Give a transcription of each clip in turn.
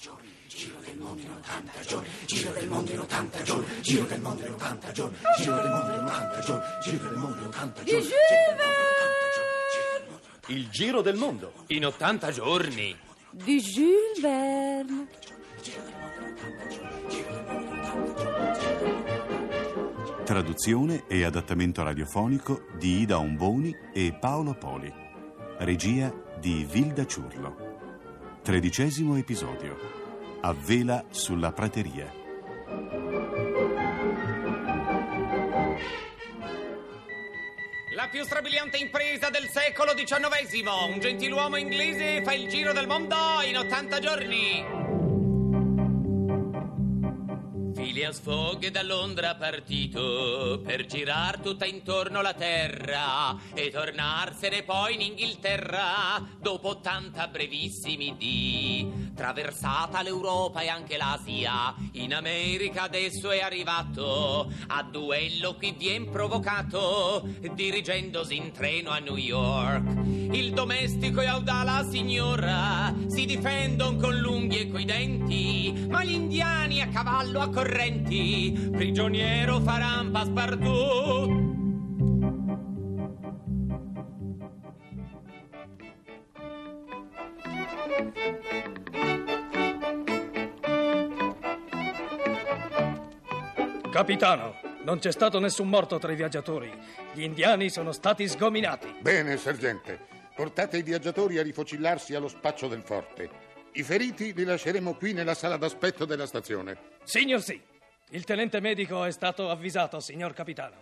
giorni, giro del mondo in 80 giorni, giro del mondo in 80 giorni, giro del mondo in 80 giorni, giro del mondo in 80 giorni, giro del mondo in 80 giorni. Il giro del mondo in 80 giorni. Di Jules Verne. Traduzione e adattamento radiofonico di Ida Omboni e Paolo Poli. Regia di Vilda Ciurlo. 13° episodio. A vela sulla prateria. La più strabiliante impresa del secolo XIX. Un gentiluomo inglese fa il giro del mondo in 80 giorni. Phileas Fogg da Londra partito per girar tutta intorno la terra e tornarsene poi in Inghilterra dopo 80 brevissimi dì. Traversata l'Europa e anche l'Asia, in America adesso è arrivato. A duello qui vien provocato, dirigendosi in treno a New York. Il domestico e audala signora si difendon con l'unghie e coi denti, ma gli indiani a cavallo accorrenti prigioniero faran Passepartout. Capitano, non c'è stato nessun morto tra i viaggiatori. Gli indiani sono stati sgominati. Bene, sergente. Portate i viaggiatori a rifocillarsi allo spaccio del forte. I feriti li lasceremo qui nella sala d'aspetto della stazione. Signor sì. Il tenente medico è stato avvisato, signor capitano.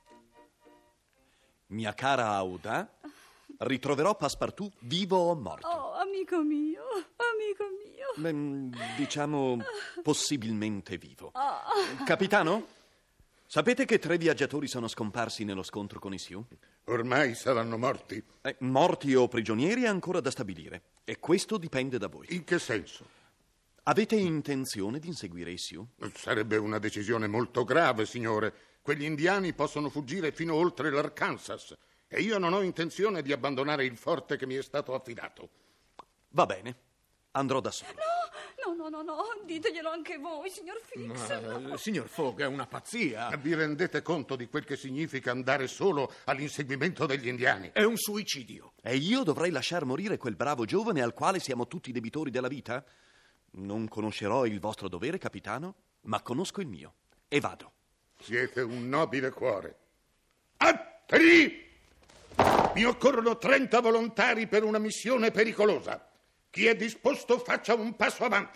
Mia cara Auda, ritroverò Passepartout vivo o morto? Oh, amico mio, amico mio. Beh, diciamo possibilmente vivo. Capitano, sapete che 3 viaggiatori sono scomparsi nello scontro con i Sioux? Ormai saranno morti. Morti o prigionieri è ancora da stabilire. E questo dipende da voi. In che senso? Avete intenzione di inseguire i Sioux? Sarebbe una decisione molto grave, signore. Quegli indiani possono fuggire fino oltre l'Arkansas e io non ho intenzione di abbandonare il forte che mi è stato affidato. Va bene, andrò da solo. No, diteglielo anche voi, signor Fix. Signor Fogg, è una pazzia. Vi rendete conto di quel che significa andare solo all'inseguimento degli indiani? È un suicidio. E io dovrei lasciar morire quel bravo giovane al quale siamo tutti debitori della vita? Non conoscerò il vostro dovere, capitano, ma conosco il mio. E vado. Siete un nobile cuore. Atteri! Mi occorrono 30 volontari per una missione pericolosa. Chi è disposto faccia un passo avanti.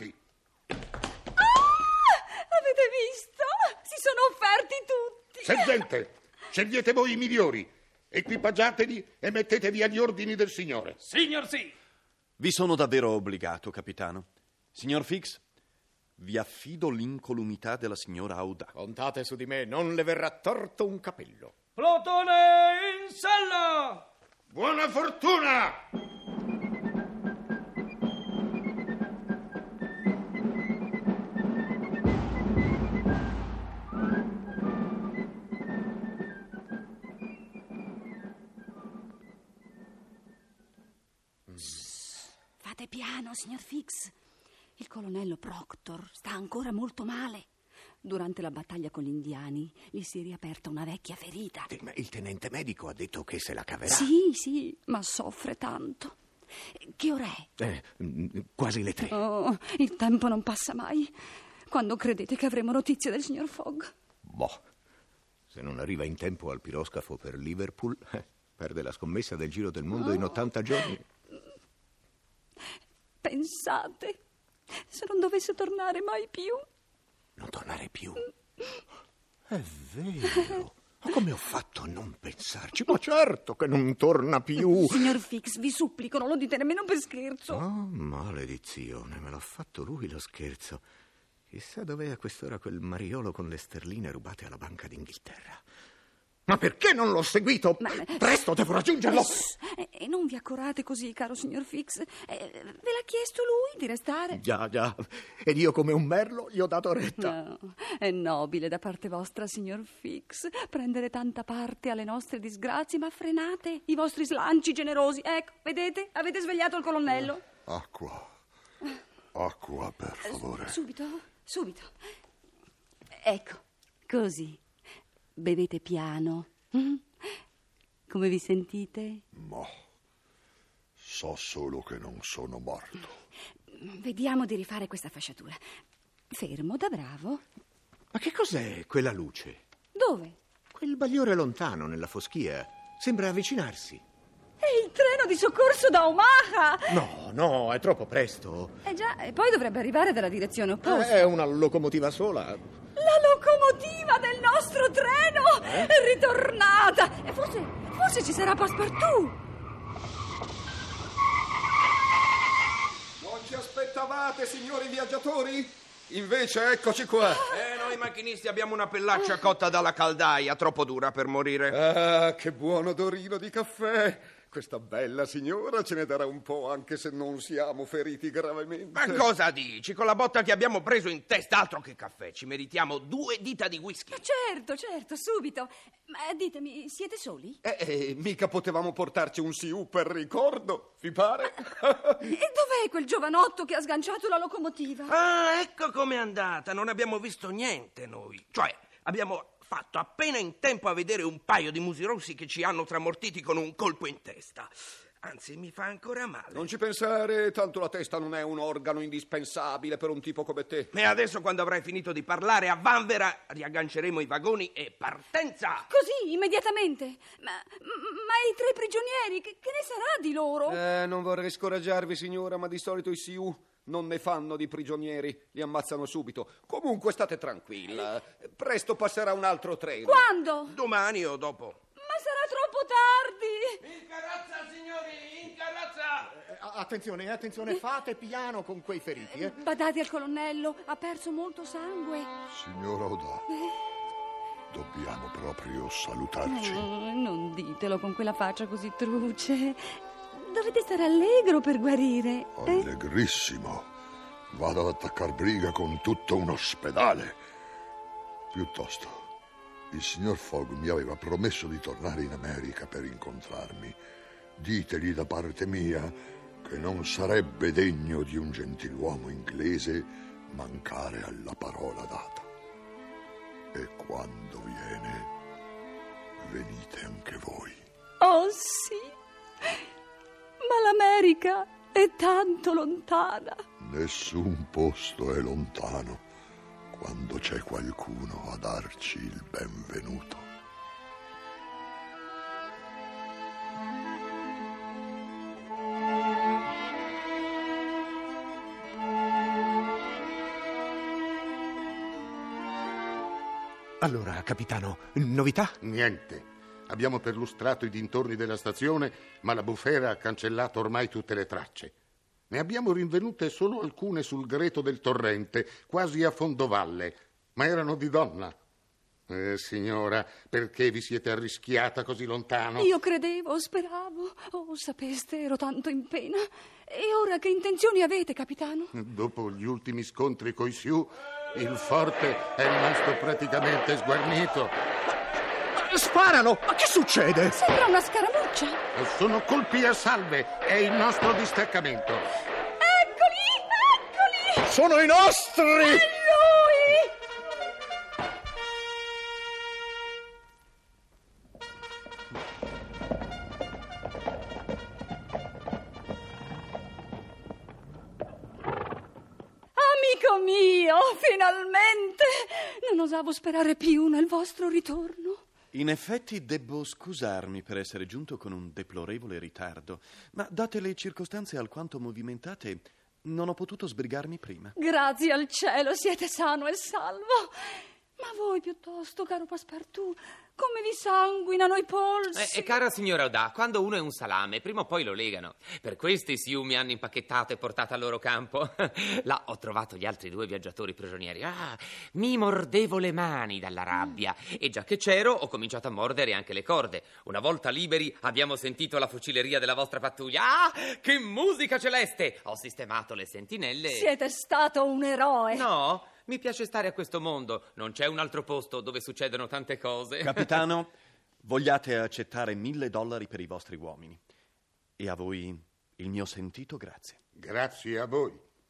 Avete visto? Si sono offerti tutti. Sergente, scegliete voi i migliori. Equipaggiateli e mettetevi agli ordini del signore. Signor sì. Vi sono davvero obbligato, capitano. Signor Fix, vi affido l'incolumità della signora Auda. Contate su di me, non le verrà torto un capello. Plotone in sella! Buona fortuna! Fate piano, signor Fix. Il colonnello Proctor sta ancora molto male. Durante la battaglia con gli indiani gli si è riaperta una vecchia ferita. Ma il tenente medico ha detto che se la caverà. Sì, ma soffre tanto. Che ora è? Quasi le 3. Oh, il tempo non passa mai. Quando credete che avremo notizie del signor Fogg? Boh, se non arriva in tempo al piroscafo per Liverpool, perde la scommessa del giro del mondo in 80 giorni. Pensate, se non dovesse tornare mai più. Non tornare più? È vero. Ma come ho fatto a non pensarci? Ma certo che non torna più. Signor Fix, vi supplico, non lo dite nemmeno per scherzo. Oh, maledizione, me l'ha fatto lui lo scherzo. Chissà dov'è a quest'ora quel mariolo con le sterline rubate alla Banca d'Inghilterra. Ma perché non l'ho seguito? Presto, devo raggiungerlo. E non vi accorate così, caro signor Fix. Ve l'ha chiesto lui di restare? Già. Ed io come un merlo gli ho dato retta. No, è nobile da parte vostra, signor Fix, prendere tanta parte alle nostre disgrazie, ma frenate i vostri slanci generosi. Ecco, vedete? Avete svegliato il colonnello. Acqua. Acqua, per favore. Subito. Ecco, così. Bevete piano. Come vi sentite? Ma so solo che non sono morto. Vediamo di rifare questa fasciatura. Fermo, da bravo. Ma che cos'è quella luce? Dove? Quel bagliore lontano nella foschia. Sembra avvicinarsi. È il treno di soccorso da Omaha! No, è troppo presto. Già, e poi dovrebbe arrivare dalla direzione opposta. È una locomotiva sola. La locomotiva del nostro treno è ritornata! E forse ci sarà Passepartout! Non ci aspettavate, signori viaggiatori? Invece eccoci qua. Noi macchinisti abbiamo una pellaccia cotta dalla caldaia, troppo dura per morire. Ah, che buon odorino di caffè. Questa bella signora ce ne darà un po', anche se non siamo feriti gravemente. Ma cosa dici? Con la botta che abbiamo preso in testa, altro che caffè, ci meritiamo 2 dita di whisky. Certo, subito. Ma ditemi, siete soli? Mica potevamo portarci un Siu per ricordo, vi pare? E dov'è quel giovanotto che ha sganciato la locomotiva? Ah, ecco com'è andata. Non abbiamo visto niente noi. Cioè, abbiamo fatto appena in tempo a vedere un paio di musi rossi che ci hanno tramortiti con un colpo in testa. Anzi, mi fa ancora male. Non ci pensare, tanto la testa non è un organo indispensabile per un tipo come te. E adesso, quando avrai finito di parlare, a vanvera riagganceremo i vagoni e partenza! Così, immediatamente? Ma i 3 prigionieri, che ne sarà di loro? Non vorrei scoraggiarvi, signora, ma di solito i Siu non ne fanno di prigionieri, li ammazzano subito. Comunque state tranquilla, presto passerà un altro treno. Quando? Domani o dopo. Ma sarà troppo tardi! In carrozza, signori, in carrozza! Attenzione, fate piano con quei feriti, Badate al colonnello, ha perso molto sangue. Signora Oda, dobbiamo proprio salutarci. Non ditelo con quella faccia così truce. Dovete stare allegro per guarire. Allegrissimo. Vado ad attaccar briga con tutto un ospedale. Piuttosto, il signor Fogg mi aveva promesso di tornare in America per incontrarmi. Ditegli da parte mia che non sarebbe degno di un gentiluomo inglese mancare alla parola data. E quando viene, venite anche voi. Oh sì, ma l'America è tanto lontana. Nessun posto è lontano quando c'è qualcuno a darci il benvenuto. Allora, capitano, novità? Niente. Abbiamo perlustrato i dintorni della stazione, ma la bufera ha cancellato ormai tutte le tracce. Ne abbiamo rinvenute solo alcune sul greto del torrente, quasi a fondovalle, ma erano di donna. Signora, perché vi siete arrischiata così lontano? Io credevo, speravo. Oh, sapeste, ero tanto in pena. E ora che intenzioni avete, capitano? Dopo gli ultimi scontri coi Sioux, il forte è rimasto praticamente sguarnito. Sparano! Ma che succede? Sembra una scaramuccia. Sono colpi a salve, è il nostro distaccamento. Eccoli! Sono i nostri! È lui! Amico mio, finalmente! Non osavo sperare più nel vostro ritorno. In effetti debbo scusarmi per essere giunto con un deplorevole ritardo, ma date le circostanze alquanto movimentate, non ho potuto sbrigarmi prima. Grazie al cielo, siete sano e salvo. Ma voi piuttosto, caro Passepartout, come vi sanguinano i polsi? Cara signora Oda, quando uno è un salame, prima o poi lo legano. Per questo i Sioux mi hanno impacchettato e portato al loro campo. Là ho trovato gli altri 2 viaggiatori prigionieri. Mi mordevo le mani dalla rabbia. E già che c'ero, ho cominciato a mordere anche le corde. Una volta liberi, abbiamo sentito la fucileria della vostra pattuglia. Che musica celeste! Ho sistemato le sentinelle. Siete stato un eroe. No, mi piace stare a questo mondo. Non c'è un altro posto dove succedono tante cose. Capitano, vogliate accettare $1.000 per i vostri uomini. E a voi il mio sentito grazie. Grazie a voi.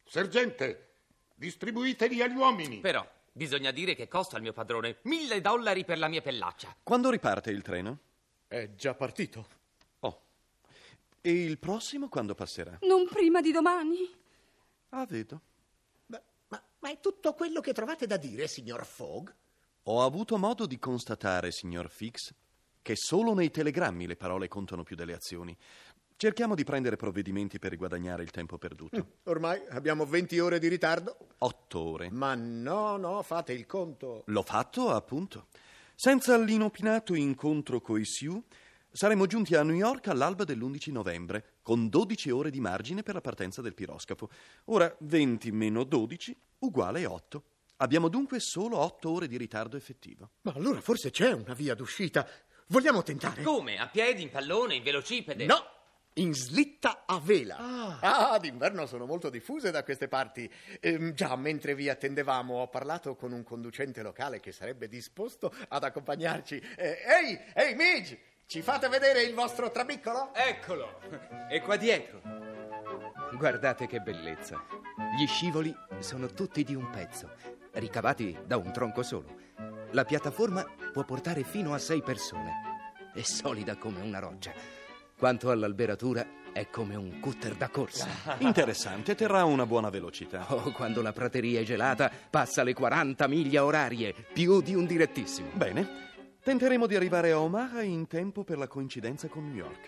Sergente, distribuiteli agli uomini. Però bisogna dire che costa al mio padrone $1.000 per la mia pellaccia. Quando riparte il treno? È già partito. Oh. E il prossimo quando passerà? Non prima di domani. Ah, vedo. Ma è tutto quello che trovate da dire, signor Fogg? Ho avuto modo di constatare, signor Fix, che solo nei telegrammi le parole contano più delle azioni. Cerchiamo di prendere provvedimenti per riguadagnare il tempo perduto. Ormai abbiamo 20 ore di ritardo. 8 ore. Ma no, fate il conto. L'ho fatto, appunto. Senza l'inopinato incontro coi Sioux, saremmo giunti a New York all'alba dell'11 novembre, con 12 ore di margine per la partenza del piroscafo. Ora, 20 meno 12 uguale 8. Abbiamo dunque solo 8 ore di ritardo effettivo. Ma allora forse c'è una via d'uscita. Vogliamo tentare? Come? A piedi, in pallone, in velocipede? No! In slitta a vela. D'inverno sono molto diffuse da queste parti. Già, mentre vi attendevamo, ho parlato con un conducente locale che sarebbe disposto ad accompagnarci. Ehi, Midge! Ci fate vedere il vostro trabiccolo? Eccolo! È qua dietro. Guardate che bellezza. Gli scivoli sono tutti di un pezzo, ricavati da un tronco solo. La piattaforma può portare fino a 6 persone. È solida come una roccia. Quanto all'alberatura, è come un cutter da corsa. Interessante, terrà una buona velocità. Oh, quando la prateria è gelata, passa le 40 miglia orarie, più di un direttissimo. Bene, tenteremo di arrivare a Omaha in tempo per la coincidenza con New York.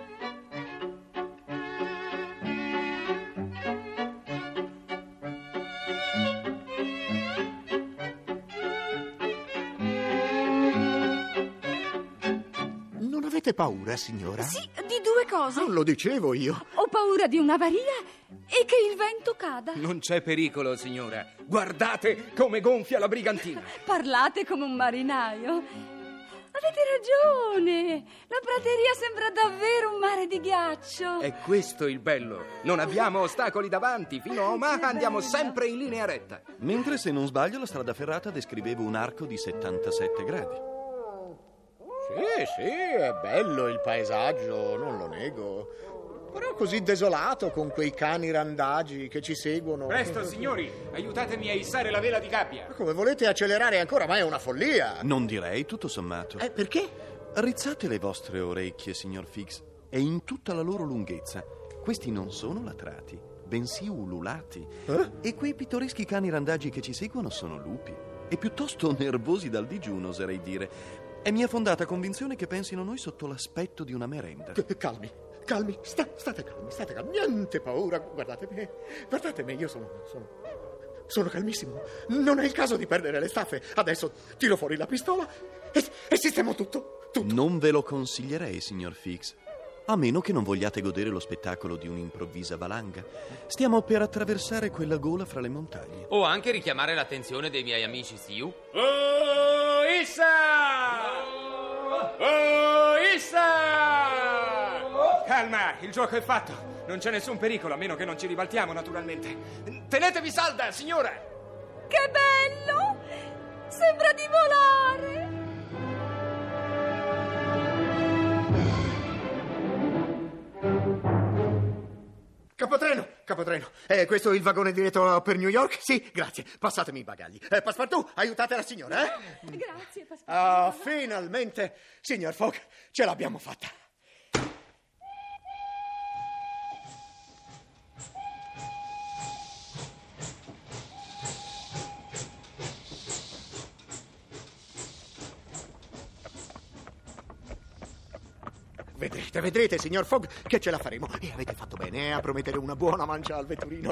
Avete paura, signora? Sì, di 2 cose. Non lo dicevo io. Ho paura di un'avaria e che il vento cada. Non c'è pericolo, signora. Guardate come gonfia la brigantina. Parlate come un marinaio. Avete ragione. La prateria sembra davvero un mare di ghiaccio. È questo il bello. Non abbiamo ostacoli davanti. Fino a Omaha andiamo sempre in linea retta. Mentre, se non sbaglio, la strada ferrata descriveva un arco di 77 gradi. Sì, è bello il paesaggio, non lo nego. Però così desolato con quei cani randagi che ci seguono. Presto, signori, aiutatemi a issare la vela di gabbia. Come volete accelerare ancora? Ma è una follia. Non direi, tutto sommato. Perché? Rizzate le vostre orecchie, signor Fix, e in tutta la loro lunghezza. Questi non sono latrati, bensì ululati. E quei pittoreschi cani randagi che ci seguono sono lupi. E piuttosto nervosi dal digiuno, oserei dire. È mia fondata convinzione che pensino noi sotto l'aspetto di una merenda. Calmi, state calmi. Niente paura, guardate me, io sono calmissimo. Non è il caso di perdere le staffe. Adesso tiro fuori la pistola e sistemo tutto. Non ve lo consiglierei, signor Fix. A meno che non vogliate godere lo spettacolo di un'improvvisa valanga. Stiamo per attraversare quella gola fra le montagne. O anche richiamare l'attenzione dei miei amici Sioux. Oh, Issa! Calma, il gioco è fatto. Non c'è nessun pericolo, a meno che non ci ribaltiamo, naturalmente. Tenetevi salda, signora! Che bello! Sembra di volare! Capotreno, questo è il vagone diretto per New York? Sì, grazie. Passatemi i bagagli. Passepartout, aiutate la signora, Grazie, Passepartout. Finalmente, signor Fogg, ce l'abbiamo fatta. Vedrete, signor Fogg, che ce la faremo. E avete fatto bene a promettere una buona mancia al vetturino.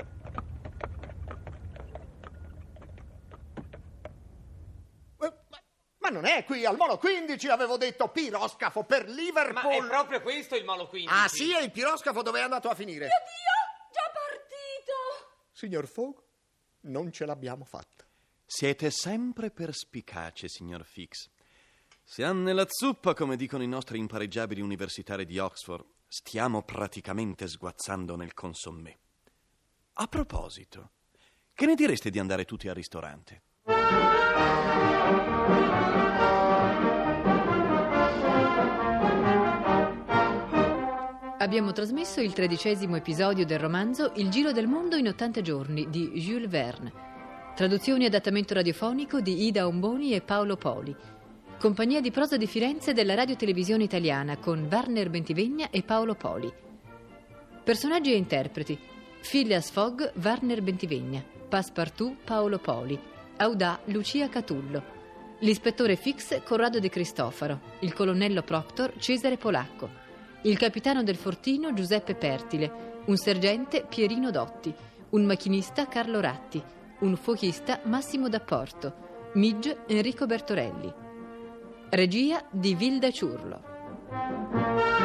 Ma non è qui, al Molo 15 avevo detto piroscafo per Liverpool. Ma è proprio questo il Molo 15. Ah sì, è il piroscafo dove è andato a finire. Mio Dio, già partito. Signor Fogg, non ce l'abbiamo fatta. Siete sempre perspicace, signor Fix. Siamo nella zuppa, come dicono i nostri impareggiabili universitari di Oxford. Stiamo praticamente sguazzando nel consommé. A proposito, che ne direste di andare tutti al ristorante? Abbiamo trasmesso il 13° episodio del romanzo Il giro del mondo in 80 giorni di Jules Verne. Traduzione e adattamento radiofonico di Ida Omboni e Paolo Poli. Compagnia di prosa di Firenze della Radio-Televisione Italiana con Werner Bentivegna e Paolo Poli. Personaggi e interpreti: Phileas Fogg, Werner Bentivegna; Passepartout, Paolo Poli; Audà, Lucia Catullo; l'ispettore Fix, Corrado De Cristofaro; il colonnello Proctor, Cesare Polacco; il capitano del fortino, Giuseppe Pertile; un sergente, Pierino Dotti; un macchinista, Carlo Ratti; un fuochista, Massimo D'Apporto; Midge, Enrico Bertorelli. Regia di Vilda Ciurlo.